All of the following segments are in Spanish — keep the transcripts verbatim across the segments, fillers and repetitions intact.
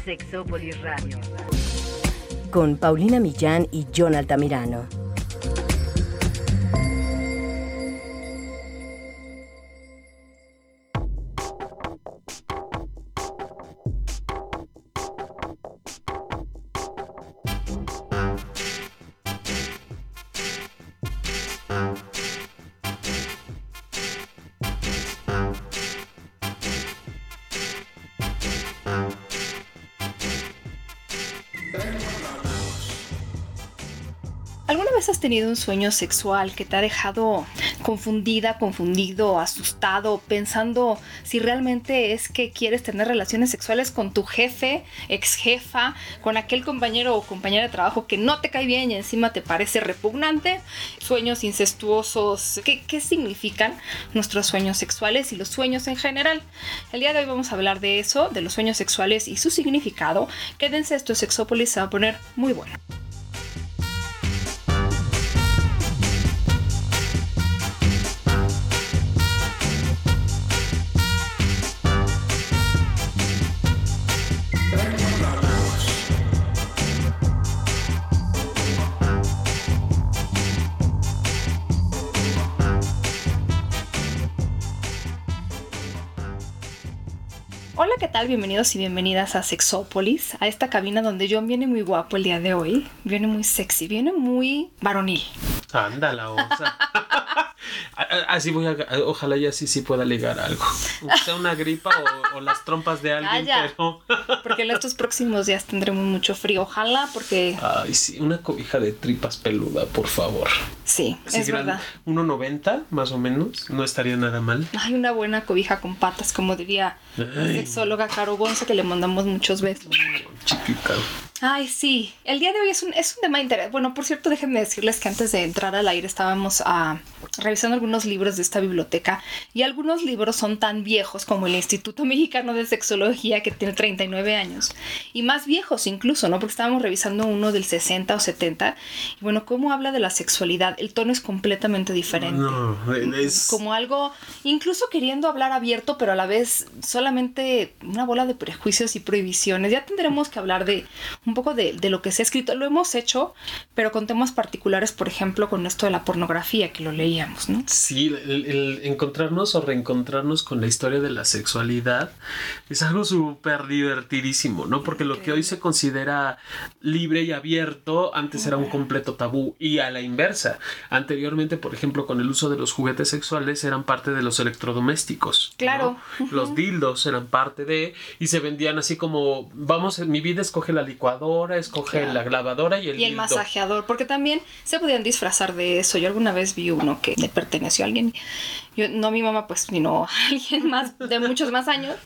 Sexópolis Radio. Con Paulina Millán y John Altamirano. ¿Alguna vez has tenido un sueño sexual que te ha dejado confundida, confundido, asustado, pensando si realmente es que quieres tener relaciones sexuales con tu jefe, ex jefa, con aquel compañero o compañera de trabajo que no te cae bien y encima te parece repugnante? Sueños incestuosos. ¿Qué, qué significan nuestros sueños sexuales y los sueños en general? El día de hoy vamos a hablar de eso, de los sueños sexuales y su significado. Quédense, esto es Sexópolis, se va a poner muy bueno. Hola, ¿qué tal? Bienvenidos y bienvenidas a Sexópolis, a esta cabina donde John viene muy guapo el día de hoy, viene muy sexy, viene muy varonil. Anda la osa. Así voy a, ojalá ya sí sí pueda ligar algo. O sea, una gripa o, o las trompas de alguien, Calla, pero... porque en estos próximos días tendremos mucho frío, ojalá, porque... Ay, sí, una cobija de tripas peluda, por favor. Sí, Si es verdad. uno noventa, más o menos, no estaría nada mal. Hay una buena cobija con patas, como diría la sexóloga Caro Gonza, que le mandamos muchos besos. Chiquita. Ay, sí. El día de hoy es un, es un tema interesante. Bueno, por cierto, déjenme decirles que antes de entrar al aire estábamos uh, revisando algunos libros de esta biblioteca y algunos libros son tan viejos como el Instituto Mexicano de Sexología, que tiene treinta y nueve años, y más viejos incluso, ¿no? Porque estábamos revisando uno del sesenta o setenta y bueno, cómo habla de la sexualidad. El tono es completamente diferente. No, es... Como algo, incluso queriendo hablar abierto, pero a la vez solamente una bola de prejuicios y prohibiciones. Ya tendremos que hablar de un poco de, de lo que se ha escrito. Lo hemos hecho, pero con temas particulares, por ejemplo, con esto de la pornografía, que lo leíamos, ¿no? Sí, el, el encontrarnos o reencontrarnos con la historia de la sexualidad es algo súper divertidísimo, ¿no? Porque lo que hoy se considera libre y abierto, antes era un completo tabú. Y a la inversa, anteriormente, por ejemplo, con el uso de los juguetes sexuales eran parte de los electrodomésticos. Claro. ¿No? Uh-huh. Los dildos eran parte de... Y se vendían así como, vamos, mi vida escoge la licuadora, escoge claro. la lavadora y el Y el dildo. masajeador, porque también se podían disfrazar de eso. Yo alguna vez vi uno que le perteneció a alguien. Yo, no a mi mamá, pues, sino a alguien más de muchos más años.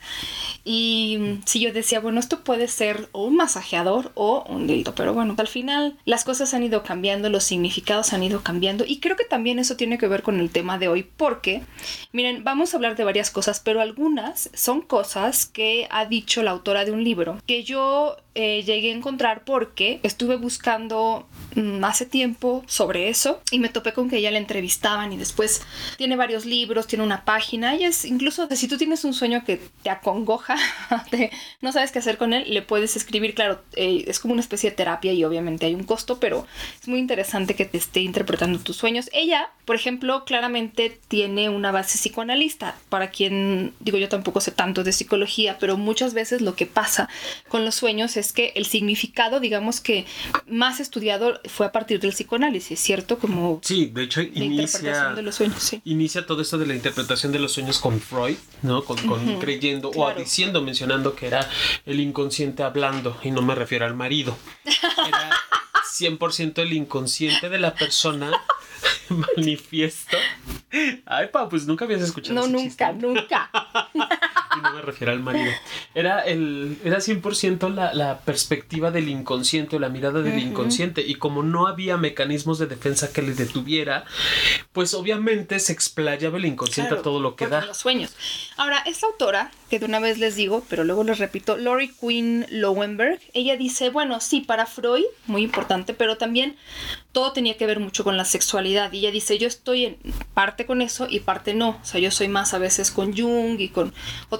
Y sí, yo decía, bueno, esto puede ser o un masajeador o un dildo. Pero bueno, al final las cosas han ido cambiando, los significados han ido cambiando. Y creo que también eso tiene que ver con el tema de hoy. Porque, miren, vamos a hablar de varias cosas, pero algunas son cosas que ha dicho la autora de un libro que yo eh, llegué a encontrar porque estuve buscando mmm, hace tiempo sobre eso y me topé con que ella la entrevistaban y después tiene varios libros, tiene una página. Ella es incluso, si tú tienes un sueño que te acongoja, te, no sabes qué hacer con él, le puedes escribir. Claro, eh, es como una especie de terapia y obviamente hay un costo, pero es muy interesante que te esté interpretando tus sueños. Ella, por ejemplo, claramente tiene una base psicoanalista. Para quien, digo, yo tampoco sé tanto de psicología, pero muchas veces lo que pasa con los sueños es que el significado, digamos que más estudiado fue a partir del psicoanálisis, ¿cierto? Como sí, de hecho inicia, interpretación de los sueños, sí. Inicia todo esto de la interpretación de los sueños con Freud, ¿no? Con, con uh-huh, creyendo claro. o diciendo, mencionando que era el inconsciente hablando, y no me refiero al marido. Era cien por ciento el inconsciente de la persona manifiesto. Ay, pa, pues nunca habías escuchado no, ese nunca, chiste. nunca. Y no me refiero al marido. Era el era cien por ciento la, la perspectiva del inconsciente o la mirada del uh-huh. inconsciente. Y como no había mecanismos de defensa que le detuviera, pues obviamente se explayaba el inconsciente claro, a todo lo que da. Los sueños. Ahora, esta autora, que de una vez les digo, pero luego les repito, Lori Quinn Lowenberg, ella dice, bueno, sí, para Freud, muy importante, pero también todo tenía que ver mucho con la sexualidad. Y ella dice, yo estoy en parte con eso y parte no. O sea, yo soy más a veces con Jung y con otras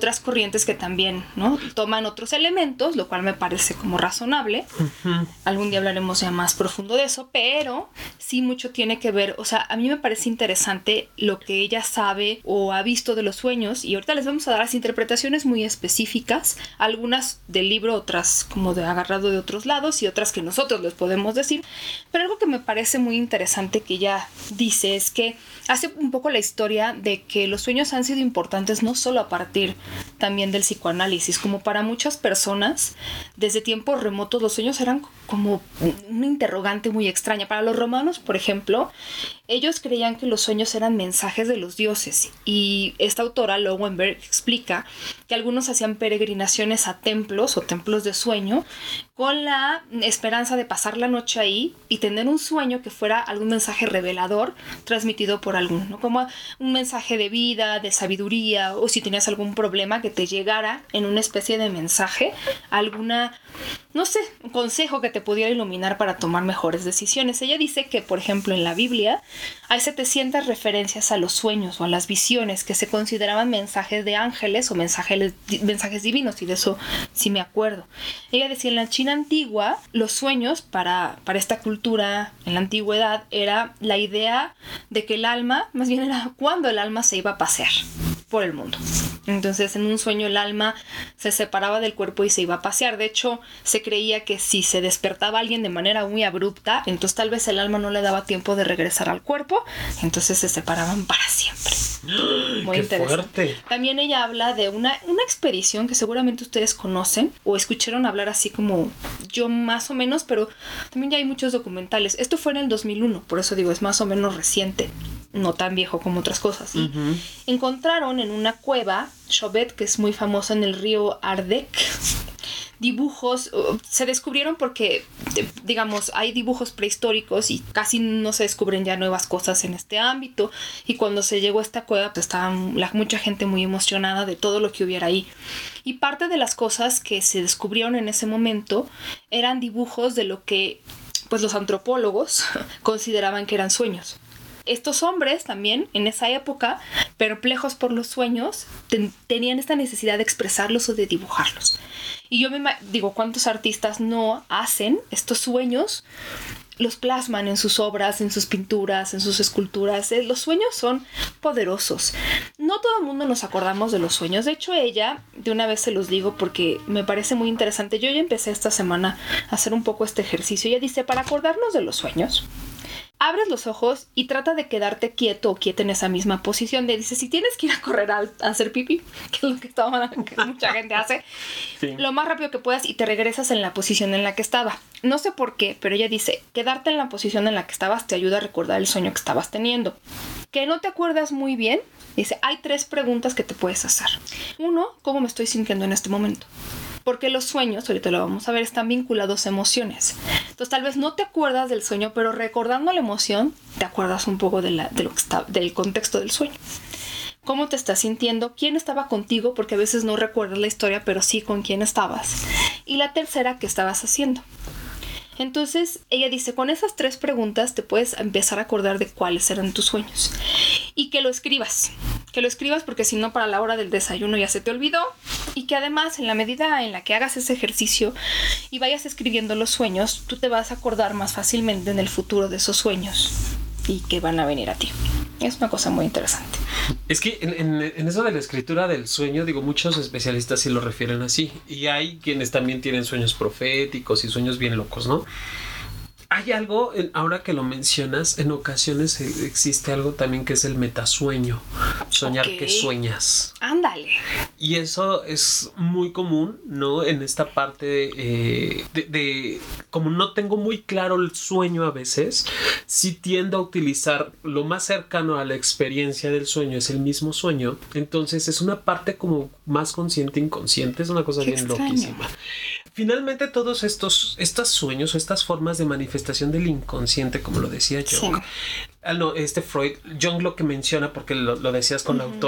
otras corrientes que también, ¿no? Toman otros elementos, lo cual me parece como razonable. Uh-huh. Algún día hablaremos ya más profundo de eso, pero sí mucho tiene que ver, o sea, a mí me parece interesante lo que ella sabe o ha visto de los sueños, y ahorita les vamos a dar las interpretaciones muy específicas, algunas del libro, otras como de agarrado de otros lados y otras que nosotros les podemos decir, pero algo que me parece muy interesante que ella dice es que hace un poco la historia de que los sueños han sido importantes no solo a partir también del psicoanálisis, como para muchas personas desde tiempos remotos los sueños eran como una interrogante muy extraña. Para los romanos, por ejemplo, ellos creían que los sueños eran mensajes de los dioses, y esta autora Lowenberg explica que algunos hacían peregrinaciones a templos o templos de sueño con la esperanza de pasar la noche ahí y tener un sueño que fuera algún mensaje revelador transmitido por alguno, ¿no? Como un mensaje de vida, de sabiduría, o si tenías algún problema que te llegara en una especie de mensaje, alguna, no sé, un consejo que te pudiera iluminar para tomar mejores decisiones. Ella dice que, por ejemplo, en la Biblia hay setecientas referencias a los sueños o a las visiones que se consideraban mensajes de ángeles o mensajes, mensajes divinos, y de eso sí me acuerdo. Ella decía, en la China antigua, los sueños para, para esta cultura en la antigüedad era la idea de que el alma, más bien era cuando el alma se iba a pasear por el mundo. Entonces, en un sueño el alma se separaba del cuerpo y se iba a pasear. De hecho, se creía que si se despertaba alguien de manera muy abrupta, entonces tal vez el alma no le daba tiempo de regresar al cuerpo, entonces se separaban para siempre. Muy ¡Qué interesante. Fuerte! También ella habla de una, una expedición que seguramente ustedes conocen o escucharon hablar así como yo más o menos, pero también ya hay muchos documentales. Esto fue en el dos mil uno, por eso digo, es más o menos reciente, no tan viejo como otras cosas. ¿Sí? Uh-huh. Encontraron en una cueva, Chauvet, que es muy famosa en el río Ardèche, dibujos, se descubrieron porque, digamos, hay dibujos prehistóricos y casi no se descubren ya nuevas cosas en este ámbito, y cuando se llegó a esta cueva pues estaba la, mucha gente muy emocionada de todo lo que hubiera ahí, y parte de las cosas que se descubrieron en ese momento eran dibujos de lo que pues los antropólogos consideraban que eran sueños. Estos hombres también, en esa época, perplejos por los sueños, ten, tenían esta necesidad de expresarlos o de dibujarlos. Y yo me digo, ¿cuántos artistas no hacen estos sueños? Los plasman en sus obras, en sus pinturas, en sus esculturas. Los sueños son poderosos. No todo el mundo nos acordamos de los sueños. De hecho, ella, de una vez se los digo porque me parece muy interesante. Yo ya empecé esta semana a hacer un poco este ejercicio. Ella dice, para acordarnos de los sueños, abres los ojos y trata de quedarte quieto o quieta en esa misma posición. Le dice, si tienes que ir a correr a, a hacer pipí, que es lo que, estaba, que mucha gente hace, sí, lo más rápido que puedas y te regresas en la posición en la que estaba. No sé por qué, pero ella dice, quedarte en la posición en la que estabas te ayuda a recordar el sueño que estabas teniendo. Que no te acuerdas muy bien, dice, hay tres preguntas que te puedes hacer. Uno, ¿cómo me estoy sintiendo en este momento? Porque los sueños, ahorita lo vamos a ver, están vinculados a emociones. Entonces tal vez no te acuerdas del sueño, pero recordando la emoción, te acuerdas un poco de la, de lo que está, del contexto del sueño. ¿Cómo te estás sintiendo? ¿Quién estaba contigo? Porque a veces no recuerdas la historia, pero sí con quién estabas. Y la tercera, ¿qué estabas haciendo? Entonces ella dice, con esas tres preguntas te puedes empezar a acordar de cuáles eran tus sueños. Y que lo escribas. Que lo escribas porque si no para la hora del desayuno ya se te olvidó. Y que además en la medida en la que hagas ese ejercicio y vayas escribiendo los sueños, tú te vas a acordar más fácilmente en el futuro de esos sueños y que van a venir a ti. Es una cosa muy interesante. Es que en, en, en eso de la escritura del sueño, digo, muchos especialistas sí lo refieren así. Y hay quienes también tienen sueños proféticos y sueños bien locos, ¿no? Hay algo, ahora que lo mencionas, en ocasiones existe algo también que es el metasueño. Soñar okay. que sueñas. Ándale. Y eso es muy común, ¿no? En esta parte de, eh, de, de... Como no tengo muy claro el sueño a veces, sí tiendo a utilizar lo más cercano a la experiencia del sueño, es el mismo sueño. Entonces es una parte como más consciente, inconsciente. Es una cosa Qué bien extraño. Loquísima. Finalmente todos estos, estos sueños o estas formas de manifestación del inconsciente, como lo decía Jung, sí. ah, no, este Freud, Jung lo que menciona, porque lo, lo decías con uh-huh. la autora,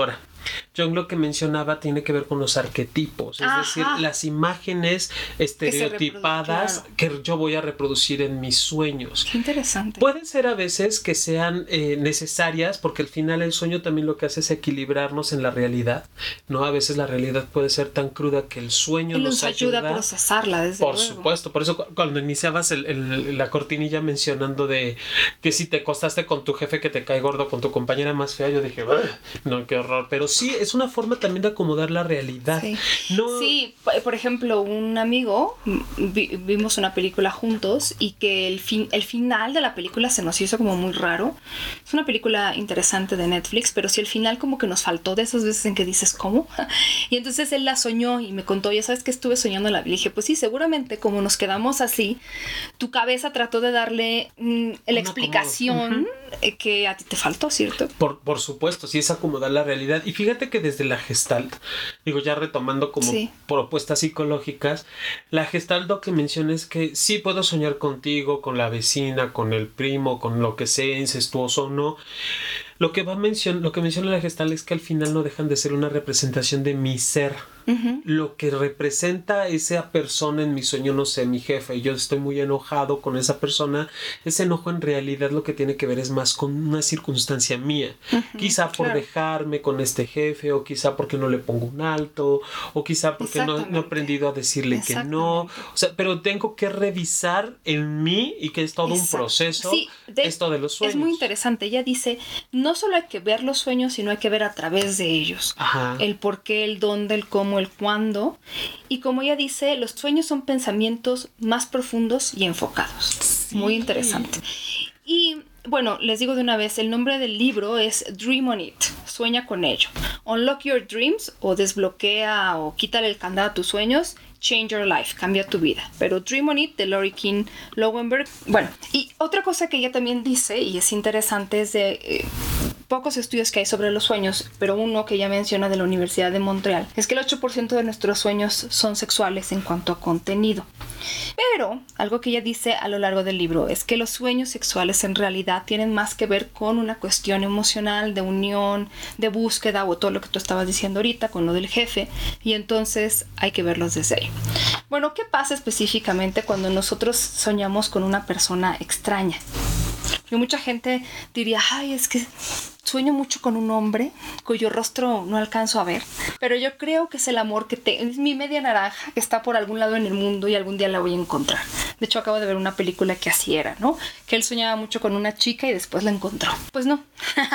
Jung lo que mencionaba tiene que ver con los arquetipos, es Ajá. decir, las imágenes estereotipadas que, claro. que yo voy a reproducir en mis sueños. Qué interesante. Pueden ser a veces que sean eh, necesarias, porque al final el sueño también lo que hace es equilibrarnos en la realidad, ¿no? A veces la realidad puede ser tan cruda que el sueño y nos, nos ayuda, ayuda a procesarla, desde Por luego. supuesto, por eso cuando iniciabas el, el, la cortinilla mencionando de que si te acostaste con tu jefe que te cae gordo, con tu compañera más fea, yo dije, no, qué horror. Pero sí, es una forma también de acomodar la realidad. Sí, no... sí, por ejemplo, un amigo, vi, vimos una película juntos y que el, fin, el final de la película se nos hizo como muy raro. Es una película interesante de Netflix, pero sí el final como que nos faltó de esas veces en que dices, ¿cómo? Y entonces él la soñó y me contó, ya sabes que estuve soñando la. Le dije, pues sí, seguramente como nos quedamos así, tu cabeza trató de darle mm, la Una explicación uh-huh. que a ti te faltó, ¿cierto? Por, por supuesto, sí es acomodar la realidad. Y fíjate que desde la Gestalt, digo ya retomando como sí. propuestas psicológicas, la Gestalt lo que menciona es que sí puedo soñar contigo, con la vecina, con el primo, con lo que sea, incestuoso o no. Lo que va a mencionar, lo que menciona la Gestalt es que al final no dejan de ser una representación de mi ser. Uh-huh. Lo que representa esa persona en mi sueño, no sé, mi jefe, y yo estoy muy enojado con esa persona, ese enojo en realidad lo que tiene que ver es más con una circunstancia mía. Uh-huh, quizá por claro. dejarme con este jefe, o quizá porque no le pongo un alto, o quizá porque no, no he aprendido a decirle que no. O sea, pero tengo que revisar en mí y que es todo Exacto. un proceso sí, de, esto de los sueños. Es muy interesante. Ella dice, no solo hay que ver los sueños, sino hay que ver a través de ellos. Ajá. El por qué, el dónde, el cómo, el cuándo. Y como ella dice, los sueños son pensamientos más profundos y enfocados. Sí. Muy interesante. Y bueno, les digo de una vez, el nombre del libro es Dream on It, sueña con ello. Unlock your dreams, o desbloquea o quítale el candado a tus sueños. Change Your Life, cambia tu vida. Pero Dream on It, de Lori King Lowenberg. Bueno, y otra cosa que ella también dice, y es interesante, es de eh, pocos estudios que hay sobre los sueños, pero uno que ella menciona de la Universidad de Montreal, es que el ocho por ciento de nuestros sueños son sexuales en cuanto a contenido. Pero algo que ella dice a lo largo del libro es que los sueños sexuales en realidad tienen más que ver con una cuestión emocional, de unión, de búsqueda, o todo lo que tú estabas diciendo ahorita con lo del jefe, y entonces hay que verlos desde ahí. Bueno, ¿qué pasa específicamente cuando nosotros soñamos con una persona extraña? Porque mucha gente diría, ay, es que sueño mucho con un hombre cuyo rostro no alcanzo a ver, pero yo creo que es el amor que te... es mi media naranja que está por algún lado en el mundo y algún día la voy a encontrar. De hecho, acabo de ver una película que así era, ¿no? Que él soñaba mucho con una chica y después la encontró. Pues no.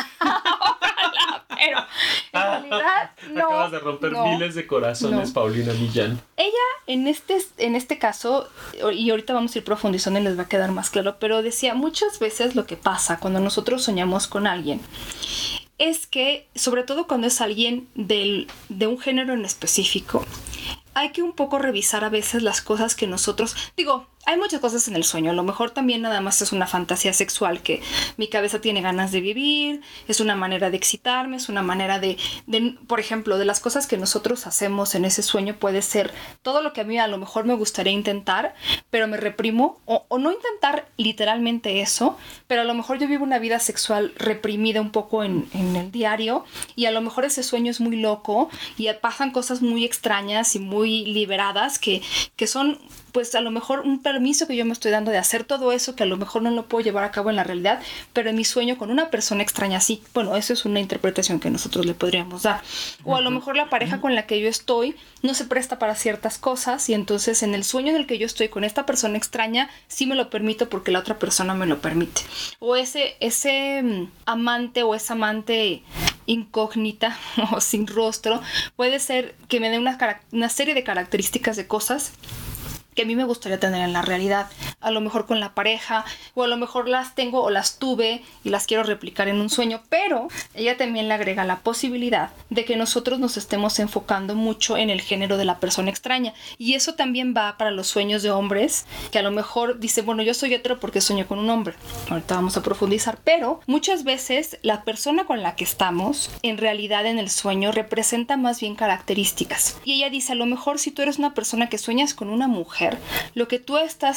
Ojalá, pero en realidad no. Acabas de romper no, miles de corazones, no. Paulina Millán. Ella, en este, en este caso, y ahorita vamos a ir profundizando y les va a quedar más claro, pero decía, muchas veces lo que pasa cuando nosotros soñamos con alguien es que, sobre todo cuando es alguien del, de un género en específico, hay que un poco revisar a veces las cosas que nosotros... Digo, hay muchas cosas en el sueño. A lo mejor también nada más es una fantasía sexual que mi cabeza tiene ganas de vivir. Es una manera de excitarme. Es una manera de, de... Por ejemplo, de las cosas que nosotros hacemos en ese sueño puede ser todo lo que a mí a lo mejor me gustaría intentar, pero me reprimo. O, o no intentar literalmente eso, pero a lo mejor yo vivo una vida sexual reprimida un poco en, en el diario. Y a lo mejor ese sueño es muy loco y pasan cosas muy extrañas y muy liberadas que, que son... pues a lo mejor un permiso que yo me estoy dando de hacer todo eso que a lo mejor no lo puedo llevar a cabo en la realidad, pero en mi sueño con una persona extraña sí. Bueno, eso es una interpretación que nosotros le podríamos dar. O a lo mejor la pareja con la que yo estoy no se presta para ciertas cosas y entonces en el sueño en el que yo estoy con esta persona extraña sí me lo permito porque la otra persona me lo permite. O ese, ese amante o esa amante incógnita o sin rostro puede ser que me dé una, una serie de características de cosas que a mí me gustaría tener en la realidad, a lo mejor con la pareja, o a lo mejor las tengo o las tuve y las quiero replicar en un sueño, pero ella también le agrega la posibilidad de que nosotros nos estemos enfocando mucho en el género de la persona extraña, y eso también va para los sueños de hombres, que a lo mejor dice, bueno, yo soy hetero porque sueño con un hombre, ahorita vamos a profundizar, pero muchas veces la persona con la que estamos, en realidad en el sueño, representa más bien características, y ella dice, a lo mejor si tú eres una persona que sueñas con una mujer, lo que tú estás plasmando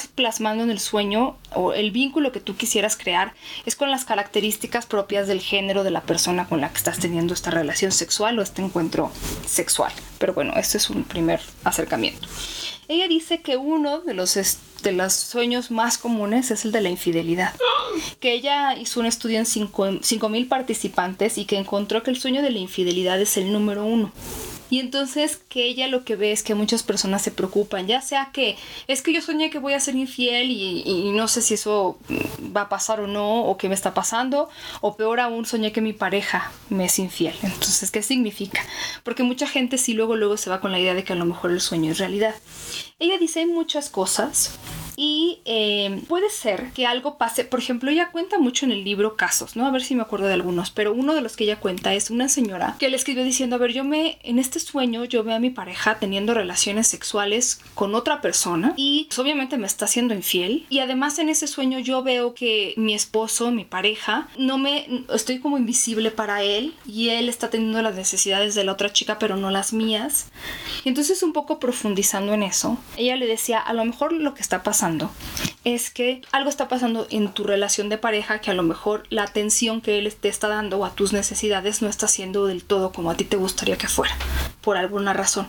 formando en el sueño, o el vínculo que tú quisieras crear, es con las características propias del género de la persona con la que estás teniendo esta relación sexual o este encuentro sexual. Pero bueno, este es un primer acercamiento. Ella dice que uno de los, de los sueños más comunes es el de la infidelidad. Que ella hizo un estudio en cinco mil participantes y que encontró que el sueño de la infidelidad es el número uno. Y entonces que ella lo que ve es que muchas personas se preocupan, ya sea que es que yo soñé que voy a ser infiel y, y no sé si eso va a pasar o no, o qué me está pasando, o peor aún, soñé que mi pareja me es infiel. Entonces, ¿qué significa? Porque mucha gente sí luego luego se va con la idea de que a lo mejor el sueño es realidad. Ella dice muchas cosas y eh, puede ser que algo pase. Por ejemplo, ella cuenta mucho en el libro casos, ¿no? A ver si me acuerdo de algunos, pero uno de los que ella cuenta es una señora que le escribió diciendo, a ver, yo me, en este sueño yo veo a mi pareja teniendo relaciones sexuales con otra persona y pues, obviamente me está haciendo infiel, y además en ese sueño yo veo que mi esposo, mi pareja, no me, estoy como invisible para él y él está teniendo las necesidades de la otra chica pero no las mías. Y entonces, un poco profundizando en eso, ella le decía, a lo mejor lo que está pasando es que algo está pasando en tu relación de pareja, que a lo mejor la atención que él te está dando a tus necesidades no está siendo del todo como a ti te gustaría que fuera, por alguna razón.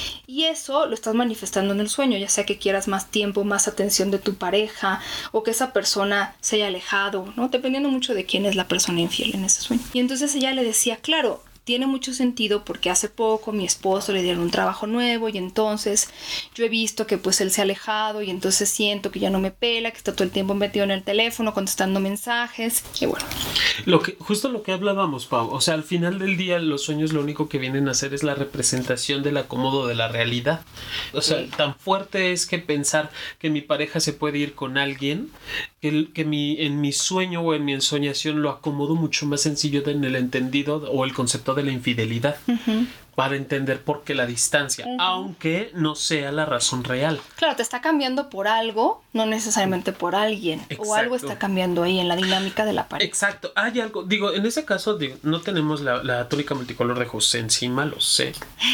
Y eso lo estás manifestando en el sueño, ya sea que quieras más tiempo, más atención de tu pareja, o que esa persona se haya alejado, ¿no? Dependiendo mucho de quién es la persona infiel en ese sueño. Y entonces ella le decía, claro, tiene mucho sentido porque hace poco mi esposo le dieron un trabajo nuevo y entonces yo he visto que pues él se ha alejado y entonces siento que ya no me pela, que está todo el tiempo metido en el teléfono contestando mensajes y bueno. Lo que, justo lo que hablábamos, Pau, o sea, al final del día los sueños lo único que vienen a hacer es la representación del acomodo de la realidad. O sea, sí. Tan fuerte es que pensar que mi pareja se puede ir con alguien, que, que mi, en mi sueño o en mi ensoñación lo acomodo mucho más sencillo en el entendido o el concepto de la infidelidad, uh-huh. para entender por qué la distancia, uh-huh. aunque no sea la razón real. Claro, te está cambiando por algo, no necesariamente por alguien. Exacto. O algo está cambiando ahí en la dinámica de la pareja. Exacto, hay algo, digo, en ese caso digo, no tenemos la, la túnica multicolor de José encima, lo sé,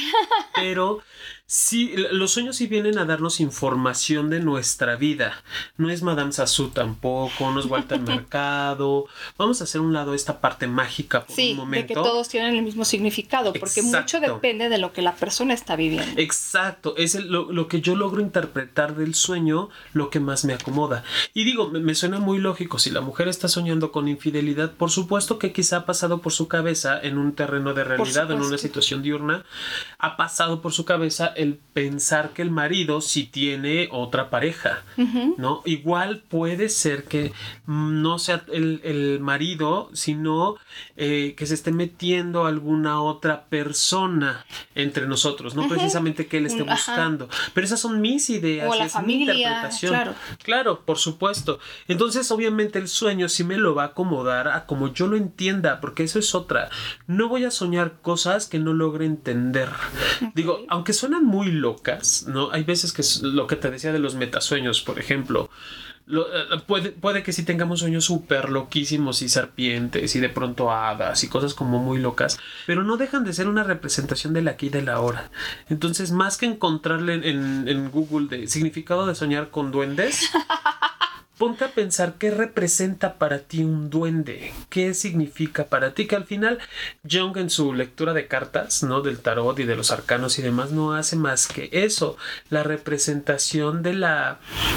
pero sí, los sueños sí vienen a darnos información de nuestra vida. No es Madame Sassou tampoco, no es Walter Mercado. Vamos a hacer un lado esta parte mágica por sí, un momento. Sí, de que todos tienen el mismo significado, porque Exacto. mucho depende de lo que la persona está viviendo. Exacto, es el, lo, lo que yo logro interpretar del sueño, lo que más me acomoda. Y digo, me, me suena muy lógico, si la mujer está soñando con infidelidad, por supuesto que quizá ha pasado por su cabeza en un terreno de realidad, en una situación diurna, ha pasado por su cabeza el pensar que el marido sí tiene otra pareja, uh-huh. ¿no? Igual puede ser que no sea el, el marido, sino eh, que se esté metiendo alguna otra persona entre nosotros, no uh-huh. precisamente que él esté uh-huh. buscando. Pero esas son mis ideas, o la es familia, mi interpretación. Claro. Claro, por supuesto. Entonces, obviamente, el sueño sí me lo va a acomodar a como yo lo entienda, porque eso es otra. No voy a soñar cosas que no logre entender. Okay. Digo, aunque suenan muy locas, ¿no? Hay veces que es lo que te decía de los metasueños, por ejemplo. Lo, uh, puede, puede que sí tengamos sueños súper loquísimos y serpientes y de pronto hadas y cosas como muy locas, pero no dejan de ser una representación del aquí y del ahora. Entonces, más que encontrarle en, en, en Google de significado de soñar con duendes, ponte a pensar qué representa para ti un duende, qué significa para ti, que al final Jung en su lectura de cartas, ¿no? Del tarot y de los arcanos y demás, no hace más que eso, la representación de la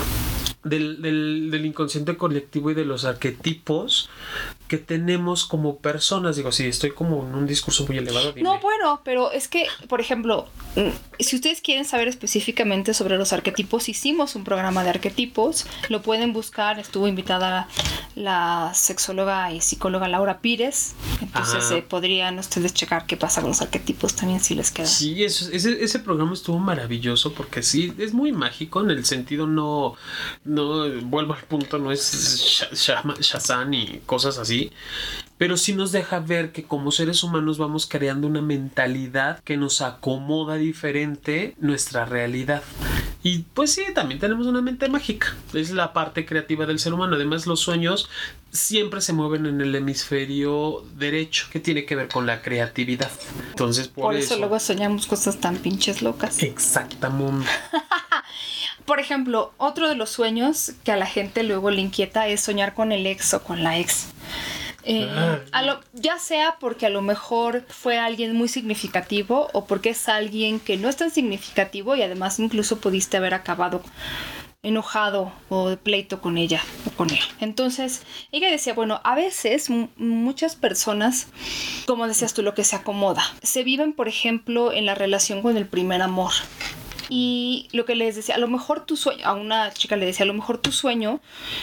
Del, del, del inconsciente colectivo y de los arquetipos que tenemos como personas. Digo, sí, estoy como en un discurso muy elevado. Dime. No, bueno, pero es que, por ejemplo, si ustedes quieren saber específicamente sobre los arquetipos, hicimos un programa de arquetipos, lo pueden buscar, estuvo invitada la sexóloga y psicóloga Laura Pires, entonces eh, podrían ustedes checar qué pasa con los arquetipos también si les queda. Sí, eso, ese, ese programa estuvo maravilloso porque sí, es muy mágico en el sentido no... No, vuelvo al punto, no es Shazam y cosas así, pero sí nos deja ver que como seres humanos vamos creando una mentalidad que nos acomoda diferente nuestra realidad. Y pues sí, también tenemos una mente mágica, es la parte creativa del ser humano. Además, los sueños siempre se mueven en el hemisferio derecho, que tiene que ver con la creatividad. Entonces, por, por eso, eso luego soñamos cosas tan pinches locas. Exactamente. Por ejemplo, otro de los sueños que a la gente luego le inquieta es soñar con el ex o con la ex. Eh, a lo, ya sea porque a lo mejor fue alguien muy significativo o porque es alguien que no es tan significativo y además incluso pudiste haber acabado enojado o de pleito con ella o con él. Entonces, ella decía, bueno, a veces m- muchas personas, como decías tú, lo que se acomoda, se viven, por ejemplo, en la relación con el primer amor. Y lo que les decía, a lo mejor tu sueño, a una chica le decía, a lo mejor tu sueño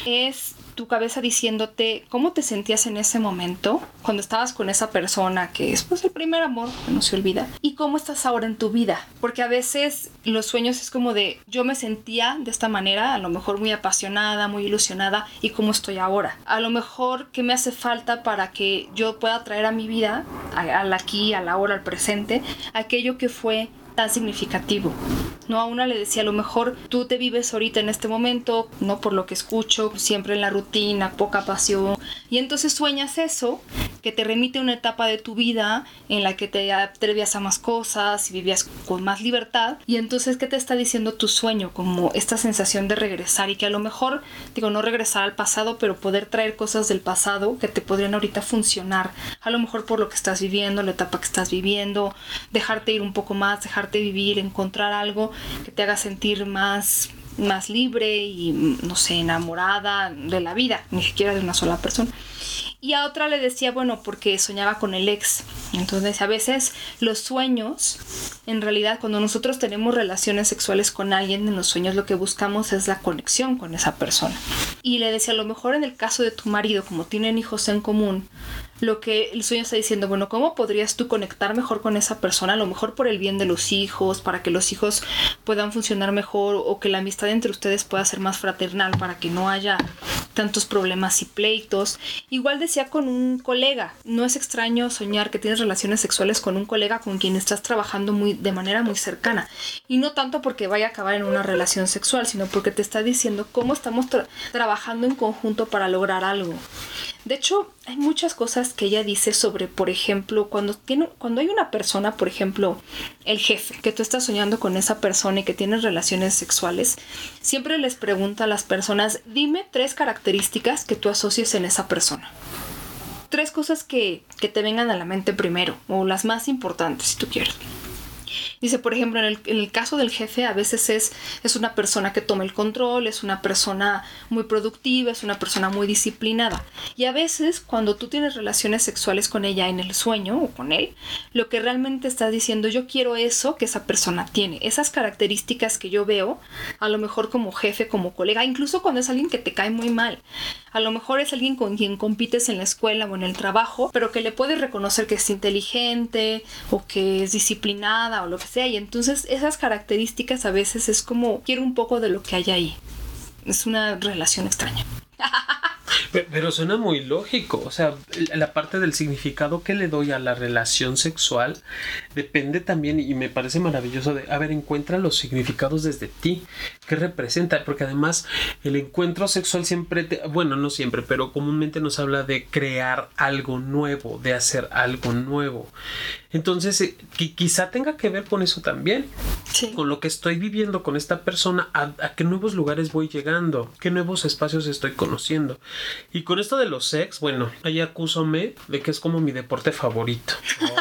es tu cabeza diciéndote cómo te sentías en ese momento, cuando estabas con esa persona que es pues el primer amor, que no se olvida, y cómo estás ahora en tu vida. Porque a veces los sueños es como de, yo me sentía de esta manera, a lo mejor muy apasionada, muy ilusionada, y cómo estoy ahora. A lo mejor qué me hace falta para que yo pueda traer a mi vida, al aquí, al ahora, al presente, aquello que fue tan significativo. No, a una le decía, a lo mejor tú te vives ahorita en este momento, no por lo que escucho, siempre en la rutina, poca pasión, y entonces sueñas eso, que te remite a una etapa de tu vida en la que te atrevías a más cosas y vivías con más libertad, y entonces ¿qué te está diciendo tu sueño? Como esta sensación de regresar, y que a lo mejor, digo, no regresar al pasado, pero poder traer cosas del pasado que te podrían ahorita funcionar, a lo mejor por lo que estás viviendo, la etapa que estás viviendo, dejarte ir un poco más, dejarte vivir, encontrar algo que te haga sentir más, más libre y, no sé, enamorada de la vida, ni siquiera de una sola persona. Y a otra le decía, bueno, porque soñaba con el ex. Entonces, a veces los sueños, en realidad, cuando nosotros tenemos relaciones sexuales con alguien, en los sueños lo que buscamos es la conexión con esa persona. Y le decía, a lo mejor en el caso de tu marido, como tienen hijos en común, lo que el sueño está diciendo, bueno, ¿cómo podrías tú conectar mejor con esa persona? A lo mejor por el bien de los hijos, para que los hijos puedan funcionar mejor, o que la amistad entre ustedes pueda ser más fraternal, para que no haya tantos problemas y pleitos. Igual decía con un colega, no es extraño soñar que tienes relaciones sexuales con un colega con quien estás trabajando muy, de manera muy cercana, y no tanto porque vaya a acabar en una relación sexual, sino porque te está diciendo cómo estamos tra- trabajando en conjunto para lograr algo. De hecho, hay muchas cosas que ella dice sobre, por ejemplo, cuando, tiene, cuando hay una persona, por ejemplo, el jefe, que tú estás soñando con esa persona y que tienes relaciones sexuales, siempre les pregunta a las personas, dime tres características que tú asocies en esa persona. Tres cosas que, que te vengan a la mente primero, o las más importantes, si tú quieres. Dice, por ejemplo, en el, en el caso del jefe, a veces es, es una persona que toma el control, es una persona muy productiva, es una persona muy disciplinada. Y a veces, cuando tú tienes relaciones sexuales con ella en el sueño o con él, lo que realmente estás diciendo, yo quiero eso que esa persona tiene. Esas características que yo veo, a lo mejor como jefe, como colega, incluso cuando es alguien que te cae muy mal. A lo mejor es alguien con quien compites en la escuela o en el trabajo, pero que le puedes reconocer que es inteligente o que es disciplinada o lo que sea. Y entonces esas características a veces es como, quiero un poco de lo que hay ahí. Es una relación extraña. Pero, pero suena muy lógico, o sea, la parte del significado que le doy a la relación sexual depende también, y me parece maravilloso, de, a ver, encuentra los significados desde ti, ¿qué representa? Porque además el encuentro sexual siempre, te, bueno, no siempre, pero comúnmente nos habla de crear algo nuevo, de hacer algo nuevo. Entonces, eh, que quizá tenga que ver con eso también, sí. Con lo que estoy viviendo con esta persona, a, a qué nuevos lugares voy llegando, qué nuevos espacios estoy conociendo. Y con esto de los sex, bueno, ahí acúsome de que es como mi deporte favorito.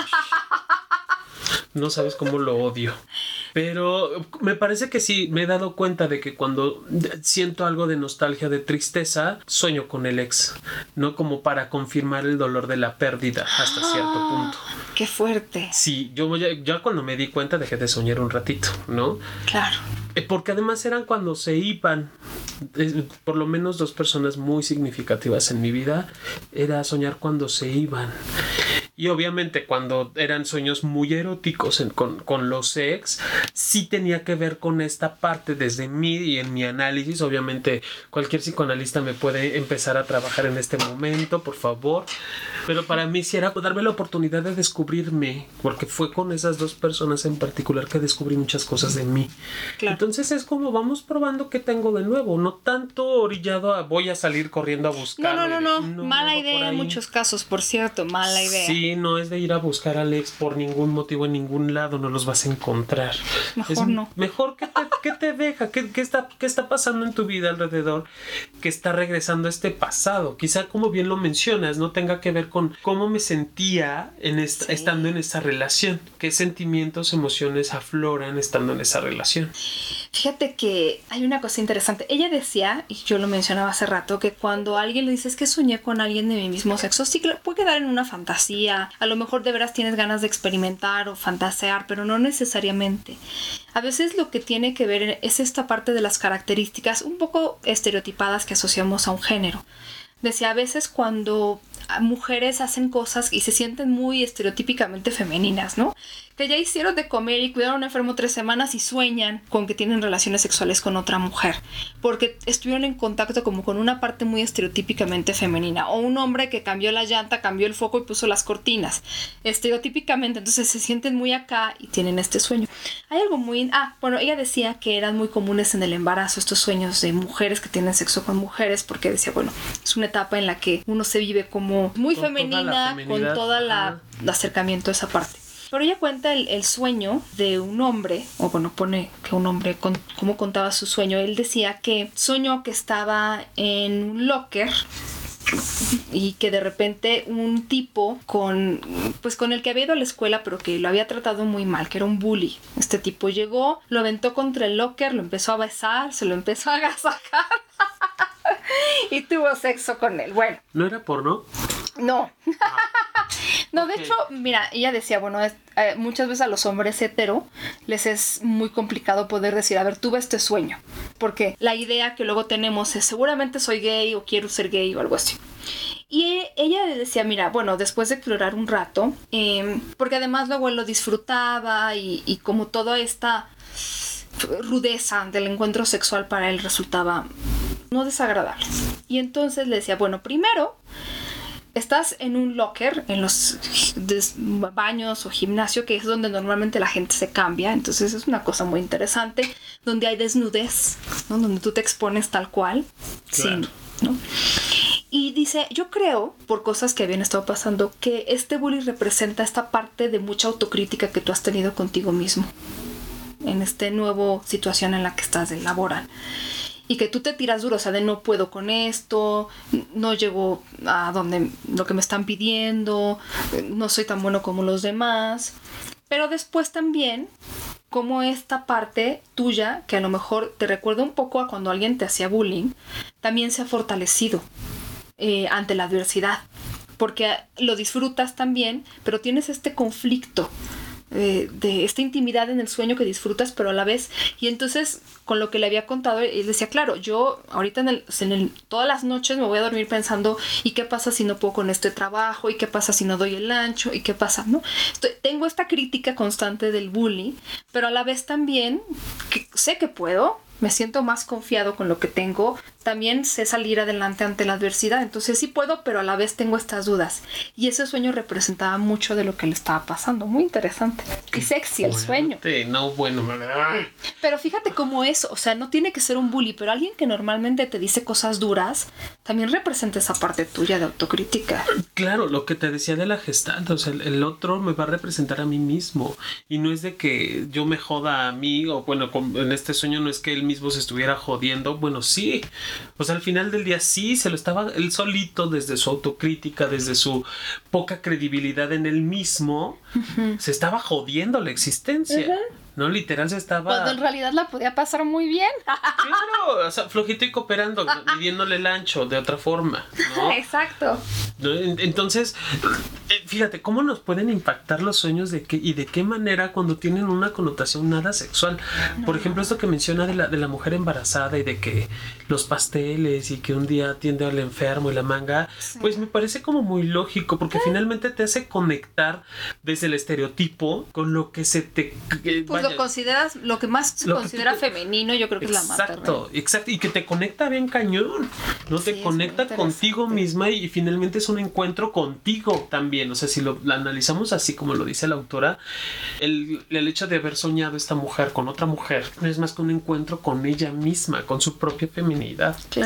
No sabes cómo lo odio. Pero me parece que sí, me he dado cuenta de que cuando siento algo de nostalgia, de tristeza, sueño con el ex, ¿no? Como para confirmar el dolor de la pérdida hasta cierto punto. ¡Qué fuerte! Sí, yo ya, ya cuando me di cuenta dejé de soñar un ratito, ¿no? Claro. Porque además eran cuando se iban, por lo menos dos personas muy significativas en mi vida, era soñar cuando se iban. Y obviamente cuando eran sueños muy eróticos en, con, con los ex, sí tenía que ver con esta parte desde mí y en mi análisis. Obviamente cualquier psicoanalista me puede empezar a trabajar en este momento, por favor. Pero para mí sí era darme la oportunidad de descubrirme, porque fue con esas dos personas en particular que descubrí muchas cosas de mí. Claro. Entonces es como vamos probando qué tengo de nuevo, no tanto orillado a voy a salir corriendo a buscar. No, no, no, no, no mala no idea en muchos casos, por cierto, mala idea. Sí, Sí, no es de ir a buscar al ex por ningún motivo en ningún lado, no los vas a encontrar. Mejor es no. Mejor que te, que te deja, ¿Qué, qué, está, qué está pasando en tu vida alrededor que está regresando a este pasado. Quizá, como bien lo mencionas, no tenga que ver con cómo me sentía en esta, sí. estando en esa relación, qué sentimientos, emociones afloran estando en esa relación. Fíjate que hay una cosa interesante. Ella decía, y yo lo mencionaba hace rato, que cuando alguien le dice es que soñé con alguien de mi mismo sexo, sí que puede quedar en una fantasía. A lo mejor de veras tienes ganas de experimentar o fantasear, pero no necesariamente. A veces lo que tiene que ver es esta parte de las características un poco estereotipadas que asociamos a un género. Decía, a veces cuando mujeres hacen cosas y se sienten muy estereotípicamente femeninas, ¿no? Que ya hicieron de comer y cuidaron a un enfermo tres semanas y sueñan con que tienen relaciones sexuales con otra mujer, porque estuvieron en contacto como con una parte muy estereotípicamente femenina. O un hombre que cambió la llanta, cambió el foco y puso las cortinas. Estereotípicamente, entonces se sienten muy acá y tienen este sueño. Hay algo muy... Ah, bueno, ella decía que eran muy comunes en el embarazo estos sueños de mujeres que tienen sexo con mujeres, porque decía, bueno, es una etapa en la que uno se vive como muy con femenina, toda con todo el acercamiento a esa parte. Pero ella cuenta el, el sueño de un hombre, o bueno, pone que un hombre, con, cómo contaba su sueño. Él decía que soñó que estaba en un locker y que de repente un tipo con, pues con el que había ido a la escuela pero que lo había tratado muy mal, que era un bully. Este tipo llegó, lo aventó contra el locker, lo empezó a besar, se lo empezó a agasajar y tuvo sexo con él. Bueno. ¿No era porno? No. Ah. No, de okay. hecho, mira, ella decía, bueno, es, eh, muchas veces a los hombres hetero les es muy complicado poder decir, a ver, tuve este sueño, porque la idea que luego tenemos es seguramente soy gay o quiero ser gay o algo así. Y ella decía, mira, bueno, después de explorar un rato, eh, porque además luego él lo disfrutaba y, y como toda esta rudeza del encuentro sexual para él resultaba no desagradable. Y entonces le decía, bueno, primero estás en un locker, en los baños o gimnasio, que es donde normalmente la gente se cambia. Entonces es una cosa muy interesante, donde hay desnudez, ¿no? Donde tú te expones tal cual. Claro. Sí, ¿no? Y dice, yo creo, por cosas que habían estado pasando, que este bully representa esta parte de mucha autocrítica que tú has tenido contigo mismo en esta nueva situación en la que estás de laboral. Y que tú te tiras duro, o sea, de no puedo con esto, no llego a donde lo que me están pidiendo, no soy tan bueno como los demás. Pero después también, como esta parte tuya, que a lo mejor te recuerda un poco a cuando alguien te hacía bullying, también se ha fortalecido eh, ante la adversidad. Porque lo disfrutas también, pero tienes este conflicto Eh, de esta intimidad en el sueño que disfrutas pero a la vez, y entonces con lo que le había contado él decía, claro, yo ahorita en el, en el, todas las noches me voy a dormir pensando ¿y qué pasa si no puedo con este trabajo? ¿Y qué pasa si no doy el ancho? ¿Y qué pasa? ¿No? Estoy, tengo esta crítica constante del bully, pero a la vez también que sé que puedo, me siento más confiado con lo que tengo, también sé salir adelante ante la adversidad, entonces sí puedo, pero a la vez tengo estas dudas. Y ese sueño representaba mucho de lo que le estaba pasando, muy interesante. Y sexy el sueño. No, bueno, pero fíjate cómo es, o sea, no tiene que ser un bully, pero alguien que normalmente te dice cosas duras, también representa esa parte tuya de autocrítica. Claro, lo que te decía de la gestante, o sea, el, el otro me va a representar a mí mismo, y no es de que yo me joda a mí, o bueno, en este sueño no es que él mismo se estuviera jodiendo, bueno, sí, o sea, al final del día sí, se lo estaba él solito, desde su autocrítica, desde su poca credibilidad en él mismo, uh-huh. se estaba jodiendo la existencia. Uh-huh. No, literal se estaba... Cuando en realidad la podía pasar muy bien. Claro, o sea, flojito y cooperando, midiéndole el ancho de otra forma, ¿no? Exacto. Entonces, fíjate, ¿cómo nos pueden impactar los sueños de qué, y de qué manera cuando tienen una connotación nada sexual? No. Por ejemplo, esto que menciona de la, de la mujer embarazada y de que los pasteles y que un día atiende al enfermo y la manga, sí. Pues me parece como muy lógico, porque ¿Eh? finalmente te hace conectar desde el estereotipo con lo que se te... Eh, pues lo consideras, lo que más se considera tú, femenino, yo creo que exacto, es la materna. Exacto, exacto, y que te conecta bien cañón, ¿no? Sí, te conecta contigo misma y, y finalmente es un encuentro contigo también, o sea, si lo, lo analizamos así como lo dice la autora, el, el hecho de haber soñado esta mujer con otra mujer no es más que un encuentro con ella misma, con su propia feminidad. Claro.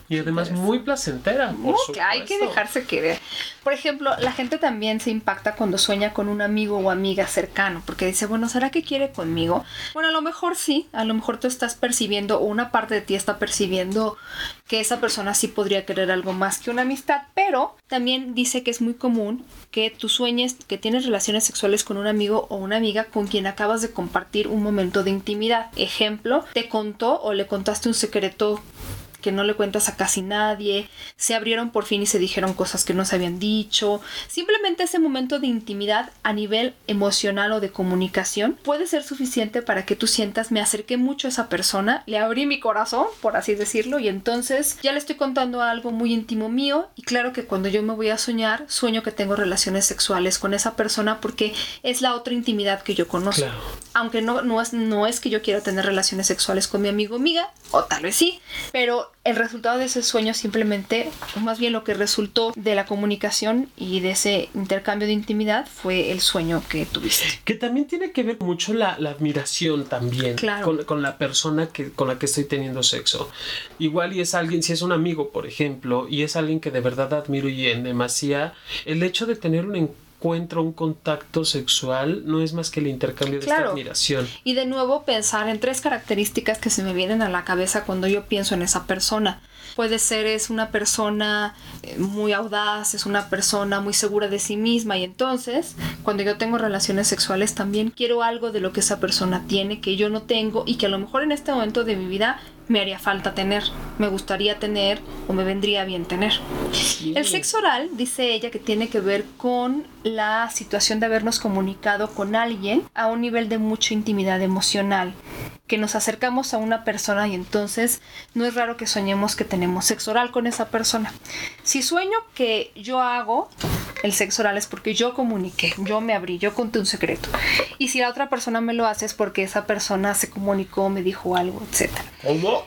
Y además muy placentera, por supuesto. Hay que dejarse querer. Por ejemplo, la gente también se impacta cuando sueña con un amigo o amiga cercano, porque dice, bueno, ¿será que quiere conmigo? Bueno, a lo mejor sí, a lo mejor tú estás percibiendo, o una parte de ti está percibiendo que esa persona sí podría querer algo más que una amistad, pero también dice que es muy común que tú sueñes que tienes relaciones sexuales con un amigo o una amiga con quien acabas de compartir un momento de intimidad. Ejemplo, te contó o le contaste un secreto que no le cuentas a casi nadie, se abrieron por fin y se dijeron cosas que no se habían dicho. Simplemente ese momento de intimidad a nivel emocional o de comunicación puede ser suficiente para que tú sientas, me acerqué mucho a esa persona, le abrí mi corazón, por así decirlo, y entonces ya le estoy contando algo muy íntimo mío. Y claro que cuando yo me voy a soñar, sueño que tengo relaciones sexuales con esa persona porque es la otra intimidad que yo conozco. Claro. Aunque no, no, es, no es que yo quiera tener relaciones sexuales con mi amigo o amiga, o tal vez sí, pero el resultado de ese sueño simplemente, o más bien lo que resultó de la comunicación y de ese intercambio de intimidad fue el sueño que tuviste. Que también tiene que ver mucho la, la admiración también, claro, con, con la persona que, con la que estoy teniendo sexo. Igual y es alguien, si es un amigo, por ejemplo, y es alguien que de verdad admiro y en demasía, el hecho de tener un encuentro encuentro, un contacto sexual, no es más que el intercambio de claro. esta admiración. Y de nuevo pensar en tres características que se me vienen a la cabeza cuando yo pienso en esa persona. Puede ser, es una persona muy audaz, es una persona muy segura de sí misma, y entonces cuando yo tengo relaciones sexuales también quiero algo de lo que esa persona tiene que yo no tengo y que a lo mejor en este momento de mi vida me haría falta tener, me gustaría tener o me vendría bien tener. Sí. El sexo oral, dice ella, que tiene que ver con la situación de habernos comunicado con alguien a un nivel de mucha intimidad emocional, que nos acercamos a una persona y entonces no es raro que soñemos que tenemos sexo oral con esa persona. Si sueño que yo hago el sexo oral es porque yo comuniqué, yo me abrí, yo conté un secreto. Y si la otra persona me lo hace es porque esa persona se comunicó, me dijo algo, etcétera. ¿Cómo?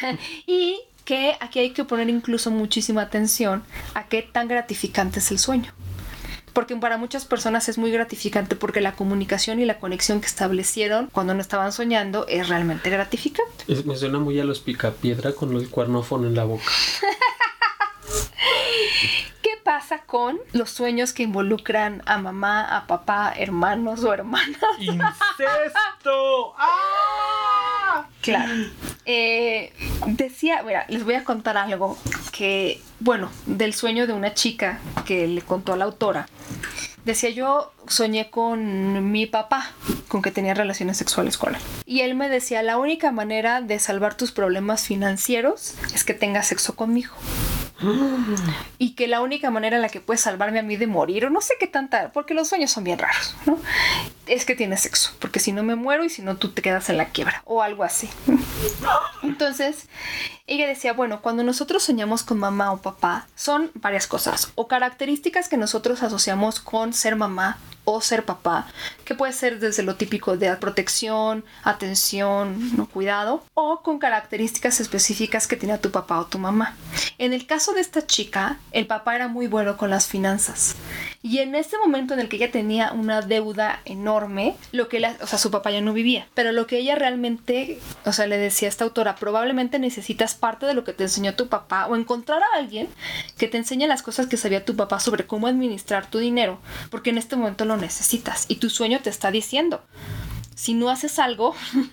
Y que aquí hay que poner incluso muchísima atención a qué tan gratificante es el sueño. Porque para muchas personas es muy gratificante porque la comunicación y la conexión que establecieron cuando no estaban soñando es realmente gratificante. Es, me suena muy a los picapiedra con el cuernófono en la boca. ¿Qué pasa con los sueños que involucran a mamá, a papá, hermanos o hermanas? ¡Incesto! ¡Ah! Claro. Eh, decía, mira, les voy a contar algo que, bueno, del sueño de una chica que le contó a la autora. Decía, yo soñé con mi papá, con que tenía relaciones sexuales con él. Y él me decía, la única manera de salvar tus problemas financieros es que tengas sexo conmigo. Y que la única manera en la que puedes salvarme a mí de morir, o no sé qué tanta, porque los sueños son bien raros, ¿no? Es que tienes sexo, porque si no me muero y si no tú te quedas en la quiebra, o algo así. Entonces, ella decía, bueno, cuando nosotros soñamos con mamá o papá, son varias cosas, o características que nosotros asociamos con ser mamá o ser papá, que puede ser desde lo típico de protección, atención, no cuidado, o con características específicas que tenía tu papá o tu mamá. En el caso de esta chica, el papá era muy bueno con las finanzas. Y en ese momento en el que ella tenía una deuda enorme, lo que la, o sea, su papá ya no vivía, pero lo que ella realmente, o sea, le decía a esta autora, probablemente necesitas parte de lo que te enseñó tu papá o encontrar a alguien que te enseñe las cosas que sabía tu papá sobre cómo administrar tu dinero, porque en este momento lo necesitas y tu sueño te está diciendo, si no haces algo,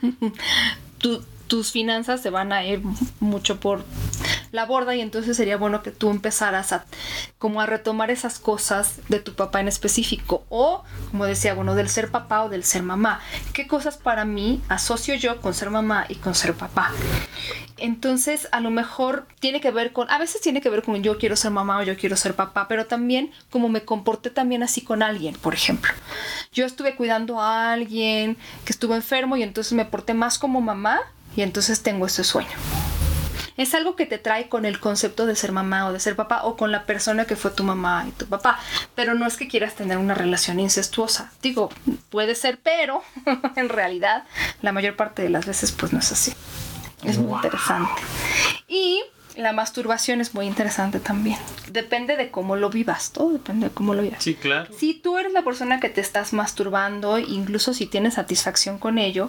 tu, tus finanzas se van a ir mucho por la borda y entonces sería bueno que tú empezaras a como a retomar esas cosas de tu papá en específico o, como decía, bueno, del ser papá o del ser mamá. ¿Qué cosas para mí asocio yo con ser mamá y con ser papá? Entonces, a lo mejor tiene que ver con, a veces tiene que ver con yo quiero ser mamá o yo quiero ser papá, pero también como me comporté también así con alguien, por ejemplo. Yo estuve cuidando a alguien que estuvo enfermo y entonces me porté más como mamá y entonces tengo ese sueño. Es algo que te trae con el concepto de ser mamá o de ser papá o con la persona que fue tu mamá y tu papá, pero no es que quieras tener una relación incestuosa. Digo, puede ser, pero en realidad la mayor parte de las veces pues no es así. Es muy interesante. Y la masturbación es muy interesante también. Depende de cómo lo vivas, todo depende de cómo lo vivas. Sí, claro. Si tú eres la persona que te estás masturbando, incluso si tienes satisfacción con ello,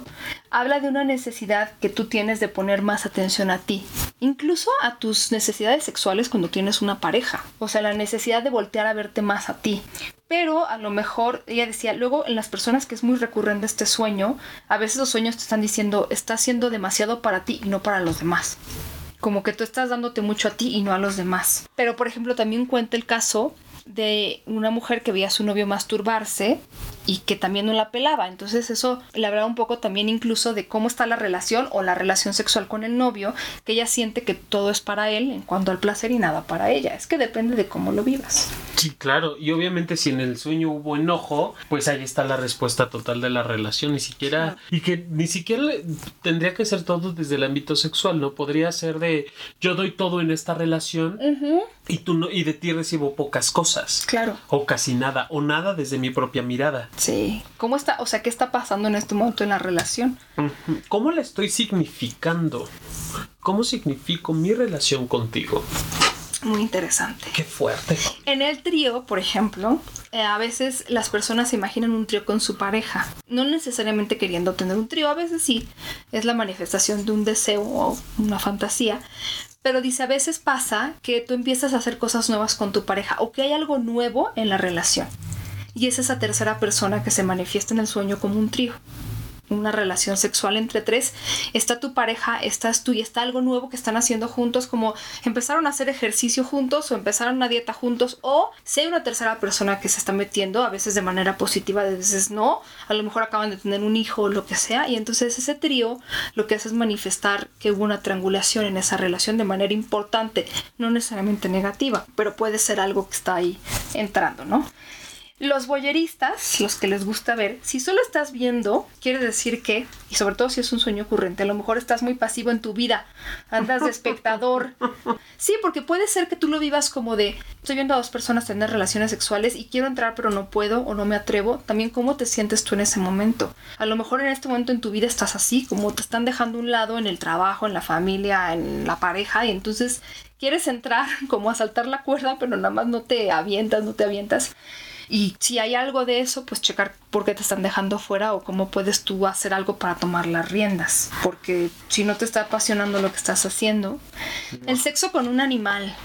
habla de una necesidad que tú tienes de poner más atención a ti, incluso a tus necesidades sexuales cuando tienes una pareja, o sea, la necesidad de voltear a verte más a ti. Pero a lo mejor, ella decía, luego en las personas que es muy recurrente este sueño, a veces los sueños te están diciendo, estás siendo demasiado para ti y no para los demás. Como que tú estás dándote mucho a ti y no a los demás. Pero, por ejemplo, también cuenta el caso de una mujer que veía a su novio masturbarse y que también no la pelaba. Entonces eso le hablaba un poco también incluso de cómo está la relación o la relación sexual con el novio, que ella siente que todo es para él en cuanto al placer y nada para ella. Es que depende de cómo lo vivas. Sí, claro. Y obviamente si en el sueño hubo enojo, pues ahí está la respuesta total de la relación. Ni siquiera... Claro. Y que ni siquiera tendría que ser todo desde el ámbito sexual, ¿no? Podría ser de yo doy todo en esta relación uh-huh. y tú no, y de ti recibo pocas cosas. Claro. O casi nada. O nada desde mi propia mirada. Sí. ¿Cómo está? O sea, ¿qué está pasando en este momento en la relación? Uh-huh. ¿Cómo la estoy significando? ¿Cómo significo mi relación contigo? Muy interesante. Qué fuerte. En el trío, por ejemplo, eh, a veces las personas se imaginan un trío con su pareja. No necesariamente queriendo tener un trío, a veces sí. Es la manifestación de un deseo o una fantasía. Pero dice, a veces pasa que tú empiezas a hacer cosas nuevas con tu pareja o que hay algo nuevo en la relación. Y es esa tercera persona que se manifiesta en el sueño como un trío. Una relación sexual entre tres. Está tu pareja, estás tú y está algo nuevo que están haciendo juntos, como empezaron a hacer ejercicio juntos o empezaron una dieta juntos, o si hay una tercera persona que se está metiendo, a veces de manera positiva, a veces no, a lo mejor acaban de tener un hijo o lo que sea, y entonces ese trío lo que hace es manifestar que hubo una triangulación en esa relación de manera importante, no necesariamente negativa, pero puede ser algo que está ahí entrando, ¿no? Los voyeristas, los que les gusta ver, si solo estás viendo, quiere decir que, y sobre todo si es un sueño ocurrente, a lo mejor estás muy pasivo en tu vida, andas de espectador. Sí, porque puede ser que tú lo vivas como de, estoy viendo a dos personas tener relaciones sexuales y quiero entrar pero no puedo o no me atrevo. También cómo te sientes tú en ese momento. A lo mejor en este momento en tu vida estás así, como te están dejando a un lado en el trabajo, en la familia, en la pareja, y entonces quieres entrar como a saltar la cuerda, pero nada más no te avientas, no te avientas. Y si hay algo de eso, pues checar por qué te están dejando fuera o cómo puedes tú hacer algo para tomar las riendas. Porque si no te está apasionando lo que estás haciendo. El sexo con un animal.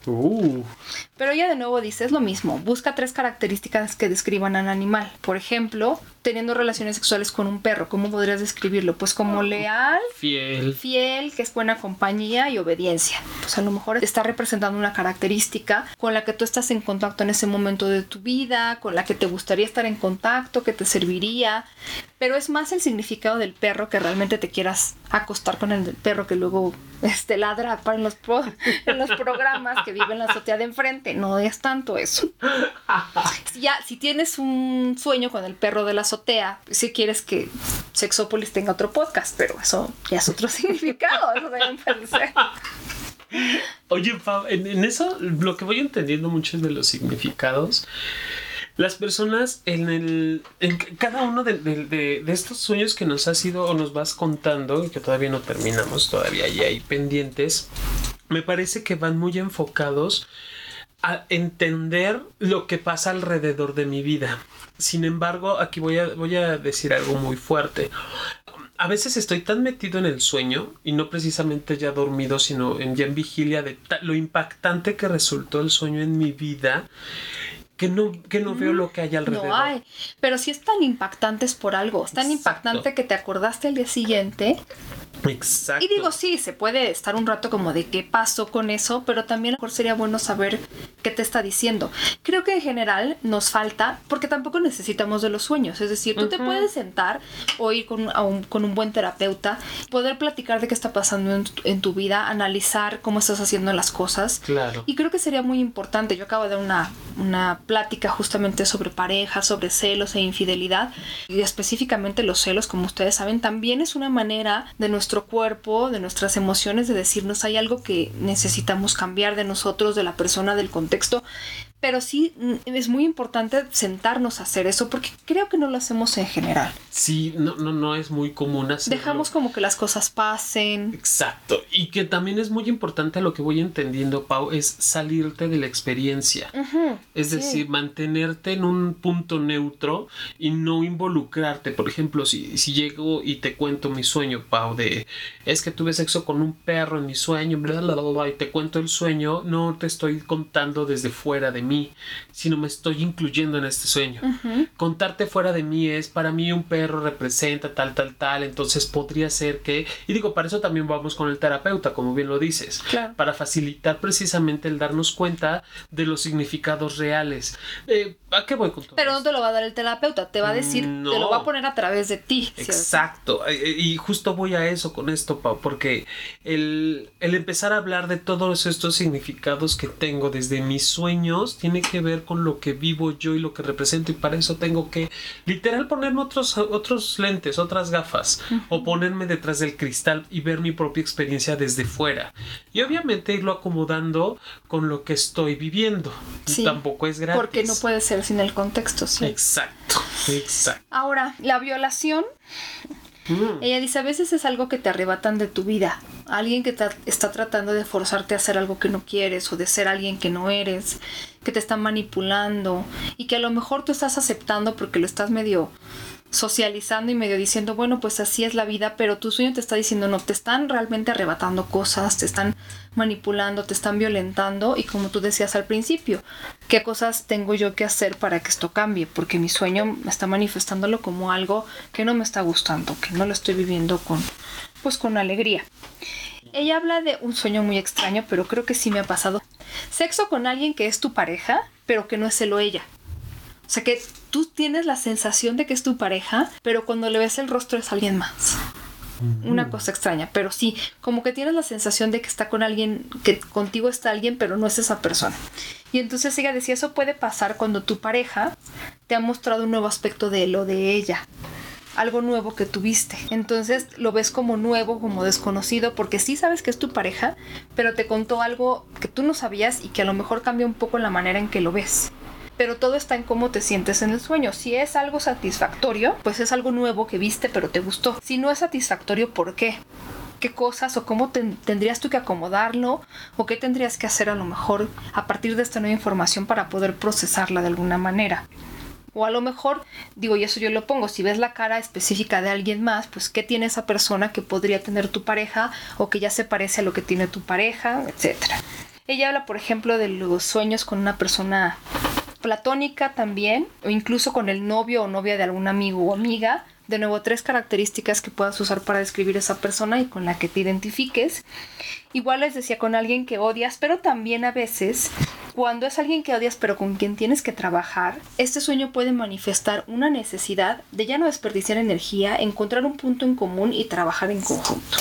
Uh. Pero ella de nuevo dice, es lo mismo. Busca tres características que describan al animal. Por ejemplo, teniendo relaciones sexuales con un perro. ¿Cómo podrías describirlo? Pues como leal, fiel, fiel, que es buena compañía y obediencia. Pues a lo mejor está representando una característica con la que tú estás en contacto en ese momento de tu vida, con la que te gustaría estar en contacto, que te serviría. Pero es más el significado del perro, que realmente te quieras acostar con el perro que luego este, ladra para en, los pro, en los programas que vive en la azotea de enfrente. No es tanto eso. Ya, si tienes un sueño con el perro de la azotea, si quieres que Sexópolis tenga otro podcast, pero eso ya es otro significado. Eso deben pensar. Oye, Pau, en, en eso lo que voy entendiendo mucho es de los significados. Las personas en el en cada uno de, de, de, de estos sueños que nos has ido o nos vas contando y que todavía no terminamos, todavía hay, hay pendientes, me parece que van muy enfocados a entender lo que pasa alrededor de mi vida. Sin embargo, aquí voy a, voy a decir algo muy fuerte. A veces estoy tan metido en el sueño, y no precisamente ya dormido, sino en, ya en vigilia de ta- lo impactante que resultó el sueño en mi vida, que no, que no veo lo que hay alrededor. No hay, pero si es tan impactante es por algo. Es tan Exacto. impactante que te acordaste al día siguiente. Exacto. Y digo, sí, se puede estar un rato como de qué pasó con eso, pero también a lo mejor sería bueno saber qué te está diciendo. Creo que en general nos falta, porque tampoco necesitamos de los sueños. Es decir, tú uh-huh. te puedes sentar o ir con, a un, con un buen terapeuta, poder platicar de qué está pasando en tu, en tu vida, analizar cómo estás haciendo las cosas. Claro. Y creo que sería muy importante. Yo acabo de dar una, una plática justamente sobre pareja, sobre celos e infidelidad. Y específicamente los celos, como ustedes saben, también es una manera de nuestro cuerpo, de nuestras emociones, de decirnos hay algo que necesitamos cambiar de nosotros, de la persona, del contexto, Pero sí es muy importante sentarnos a hacer eso porque creo que no lo hacemos en general. Sí, no, no, no es muy común hacerlo. Dejamos como que las cosas pasen. Exacto. Y que también es muy importante, a lo que voy entendiendo, Pau, es salirte de la experiencia. Uh-huh, es sí. decir, mantenerte en un punto neutro y no involucrarte. Por ejemplo, si, si llego y te cuento mi sueño, Pau, de es que tuve sexo con un perro en mi sueño, bla, bla, bla, bla, y te cuento el sueño, no te estoy contando desde fuera de mí, sino me estoy incluyendo en este sueño. Uh-huh. Contarte fuera de mí es, para mí un perro representa tal, tal, tal, entonces podría ser que, y digo, para eso también vamos con el terapeuta, como bien lo dices, claro. Para facilitar precisamente el darnos cuenta de los significados reales. Eh, ¿A qué voy con todo Pero esto? no te lo va a dar el terapeuta, te va a decir, no. te lo va a poner a través de ti. Exacto, y justo voy a eso con esto, Pau, porque el, el empezar a hablar de todos estos significados que tengo desde mis sueños tiene que ver con lo que vivo yo y lo que represento, y para eso tengo que literal ponerme otros, otros lentes, otras gafas, uh-huh. o ponerme detrás del cristal y ver mi propia experiencia desde fuera y obviamente irlo acomodando con lo que estoy viviendo. Sí, tampoco es gratis porque no puede ser sin el contexto, sí. Exacto, exacto. Ahora, la violación, mm. ella dice, a veces es algo que te arrebatan de tu vida, alguien que te está tratando de forzarte a hacer algo que no quieres o de ser alguien que no eres, que te está manipulando y que a lo mejor tú estás aceptando porque lo estás medio socializando y medio diciendo, bueno, pues así es la vida, pero tu sueño te está diciendo, no, te están realmente arrebatando cosas, te están manipulando, te están violentando, y como tú decías al principio, ¿qué cosas tengo yo que hacer para que esto cambie? Porque mi sueño me está manifestándolo como algo que no me está gustando, que no lo estoy viviendo con, pues con alegría. Ella habla de un sueño muy extraño, pero creo que sí me ha pasado. Sexo con alguien que es tu pareja, pero que no es él o ella. O sea, que tú tienes la sensación de que es tu pareja, pero cuando le ves el rostro es alguien más. Uh-huh. Una cosa extraña, pero sí, como que tienes la sensación de que está con alguien, que contigo está alguien, pero no es esa persona. Y entonces ella decía, eso puede pasar cuando tu pareja te ha mostrado un nuevo aspecto de él o de ella. Algo nuevo que tuviste. Entonces lo ves como nuevo, como desconocido, porque sí sabes que es tu pareja, pero te contó algo que tú no sabías y que a lo mejor cambia un poco la manera en que lo ves. Pero todo está en cómo te sientes en el sueño. Si es algo satisfactorio, pues es algo nuevo que viste pero te gustó. Si no es satisfactorio, ¿por qué? ¿Qué cosas o cómo te, tendrías tú que acomodarlo? ¿O qué tendrías que hacer a lo mejor a partir de esta nueva información para poder procesarla de alguna manera? O a lo mejor, digo, y eso yo lo pongo, si ves la cara específica de alguien más, pues ¿qué tiene esa persona que podría tener tu pareja o que ya se parece a lo que tiene tu pareja, etcétera? Ella habla, por ejemplo, de los sueños con una persona platónica también, o incluso con el novio o novia de algún amigo o amiga. De nuevo, tres características que puedas usar para describir esa persona y con la que te identifiques. Igual les decía, con alguien que odias, pero también a veces, cuando es alguien que odias pero con quien tienes que trabajar, este sueño puede manifestar una necesidad de ya no desperdiciar energía, encontrar un punto en común y trabajar en conjunto.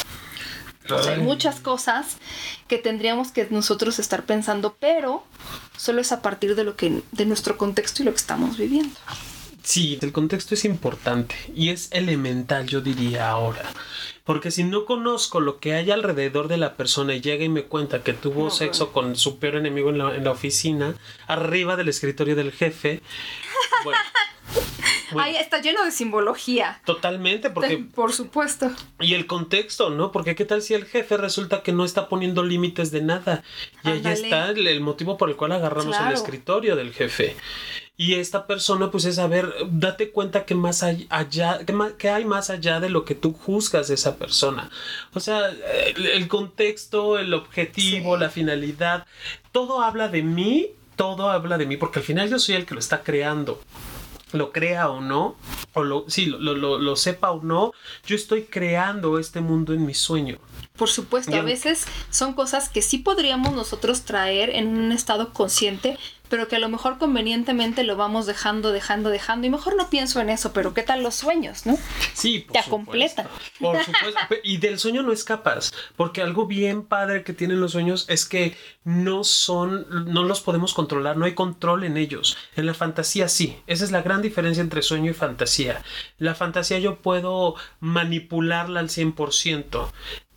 O sea, hay muchas cosas que tendríamos que nosotros estar pensando, pero solo es a partir de lo que, de nuestro contexto y lo que estamos viviendo. Sí, el contexto es importante y es elemental, yo diría ahora. Porque si no conozco lo que hay alrededor de la persona y llega y me cuenta que tuvo no, sexo bueno. con su peor enemigo en la, en la oficina, arriba del escritorio del jefe, bueno... Bueno, ahí está lleno de simbología. Totalmente, porque... Por supuesto. Y el contexto, ¿no? Porque qué tal si el jefe resulta que no está poniendo límites de nada. Y Ándale. Ahí está el, el motivo por el cual agarramos claro. el escritorio del jefe. Y esta persona, pues es, a ver, date cuenta que más hay, allá, que, más, que hay más allá de lo que tú juzgas de esa persona. O sea, el, el contexto, el objetivo, sí. la finalidad, todo habla de mí, todo habla de mí, porque al final yo soy el que lo está creando. Lo crea o no, o lo, sí, lo, lo, lo sepa o no, yo estoy creando este mundo en mi sueño. Por supuesto, a veces son cosas que sí podríamos nosotros traer en un estado consciente, pero que a lo mejor convenientemente lo vamos dejando, dejando, dejando, y mejor no pienso en eso, pero ¿qué tal los sueños, no? Sí, por Te supuesto. completan. Por supuesto. Y del sueño no escapas, porque algo bien padre que tienen los sueños es que no son, no los podemos controlar, no hay control en ellos. En la fantasía sí, esa es la gran diferencia entre sueño y fantasía. La fantasía yo puedo manipularla al cien por ciento.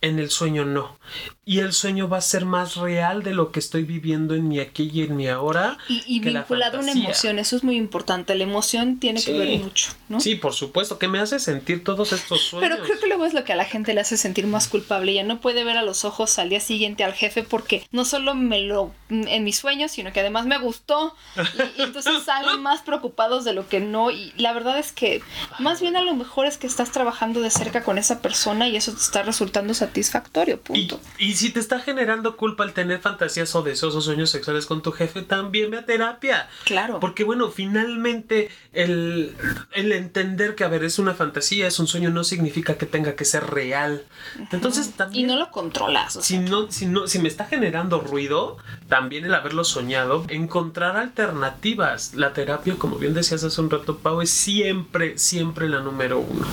en el sueño no. Y el sueño va a ser más real de lo que estoy viviendo en mi aquí y en mi ahora. Y, y vinculado a una emoción, eso es muy importante. La emoción tiene sí. que ver mucho, ¿no? Sí, por supuesto, que me hace sentir todos estos sueños. Pero creo que luego es lo que a la gente le hace sentir más culpable. Ya no puede ver a los ojos al día siguiente al jefe porque no solo me lo en mis sueños, sino que además me gustó. Y, y entonces salen más preocupados de lo que no. Y la verdad es que más bien a lo mejor es que estás trabajando de cerca con esa persona y eso te está resultando satisfactorio, punto. Y, y si te está generando culpa el tener fantasías o deseos o sueños sexuales con tu jefe, también ve a terapia. Claro. Porque bueno, finalmente el, el entender que a ver, es una fantasía, es un sueño, no significa que tenga que ser real. Entonces también... Y no lo controlas. O si, sea. no, si, no, si me está generando ruido, también el haberlo soñado, encontrar alternativas. La terapia, como bien decías hace un rato, Pau, es siempre, siempre la número uno.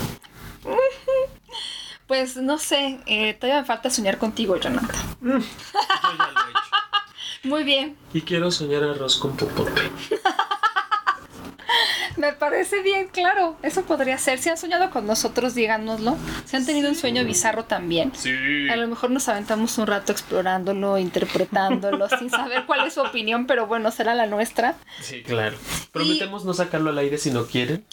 Pues no sé, eh, todavía me falta soñar contigo, Jonathan. Mm, yo ya lo he hecho. Muy bien. Y quiero soñar arroz con popote. Me parece bien, claro. Eso podría ser. Si han soñado con nosotros, díganoslo. Si han tenido sí. un sueño bizarro también. Sí. A lo mejor nos aventamos un rato explorándolo, interpretándolo, sin saber cuál es su opinión, pero bueno, será la nuestra. Sí, claro. Prometemos y... no sacarlo al aire si no quieren.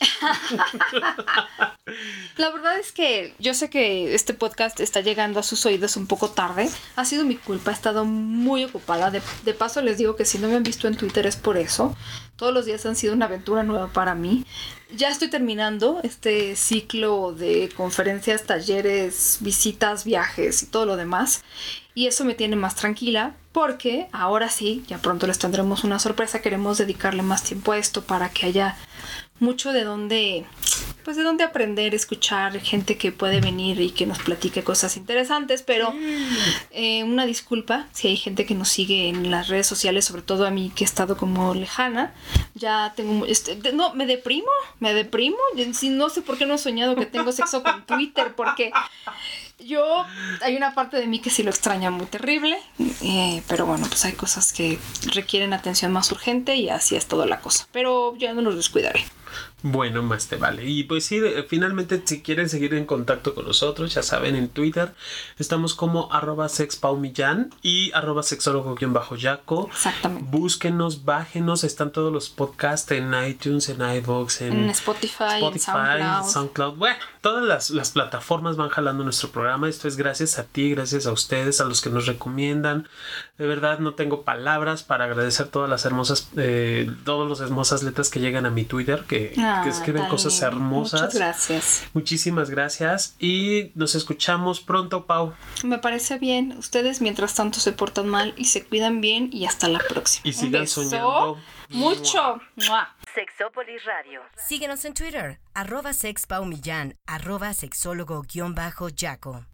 La verdad es que yo sé que este podcast está llegando a sus oídos un poco tarde. Ha sido mi culpa, he estado muy ocupada. De, de paso les digo que si no me han visto en Twitter es por eso. Todos los días han sido una aventura nueva para mí. Ya estoy terminando este ciclo de conferencias, talleres, visitas, viajes y todo lo demás. Y eso me tiene más tranquila porque ahora sí, ya pronto les tendremos una sorpresa. Queremos dedicarle más tiempo a esto para que haya mucho de dónde, pues de dónde aprender, escuchar, gente que puede venir y que nos platique cosas interesantes, pero eh, una disculpa si hay gente que nos sigue en las redes sociales, sobre todo a mí que he estado como lejana. Ya tengo, este, no, me deprimo, me deprimo, no sé por qué no he soñado que tengo sexo con Twitter, porque yo, hay una parte de mí que sí lo extraña muy terrible, eh, pero bueno, pues hay cosas que requieren atención más urgente y así es toda la cosa, pero yo no los descuidaré. Bueno, más te vale. Y pues sí, finalmente si quieren seguir en contacto con nosotros, ya saben, en Twitter estamos como arroba sexpaumillán y arroba sexólogo-yaco. Exactamente. Búsquenos, bájenos, están todos los podcasts en iTunes, en iVoox, en, en Spotify, Spotify, en SoundCloud. SoundCloud. Bueno, todas las, las plataformas van jalando nuestro programa. Esto es gracias a ti, gracias a ustedes, a los que nos recomiendan. De verdad no tengo palabras para agradecer todas las hermosas, eh, todas las hermosas letras que llegan a mi Twitter, que Ah, que escriben cosas hermosas. Muchas gracias. Muchísimas gracias y nos escuchamos pronto, Pau. Me parece bien. Ustedes mientras tanto se portan mal y se cuidan bien y hasta la próxima. Y sigan soñando mucho. ¡Mua! Sexópolis Radio. Síguenos en Twitter, arroba sexpaumillán, arroba sexólogo-yaco.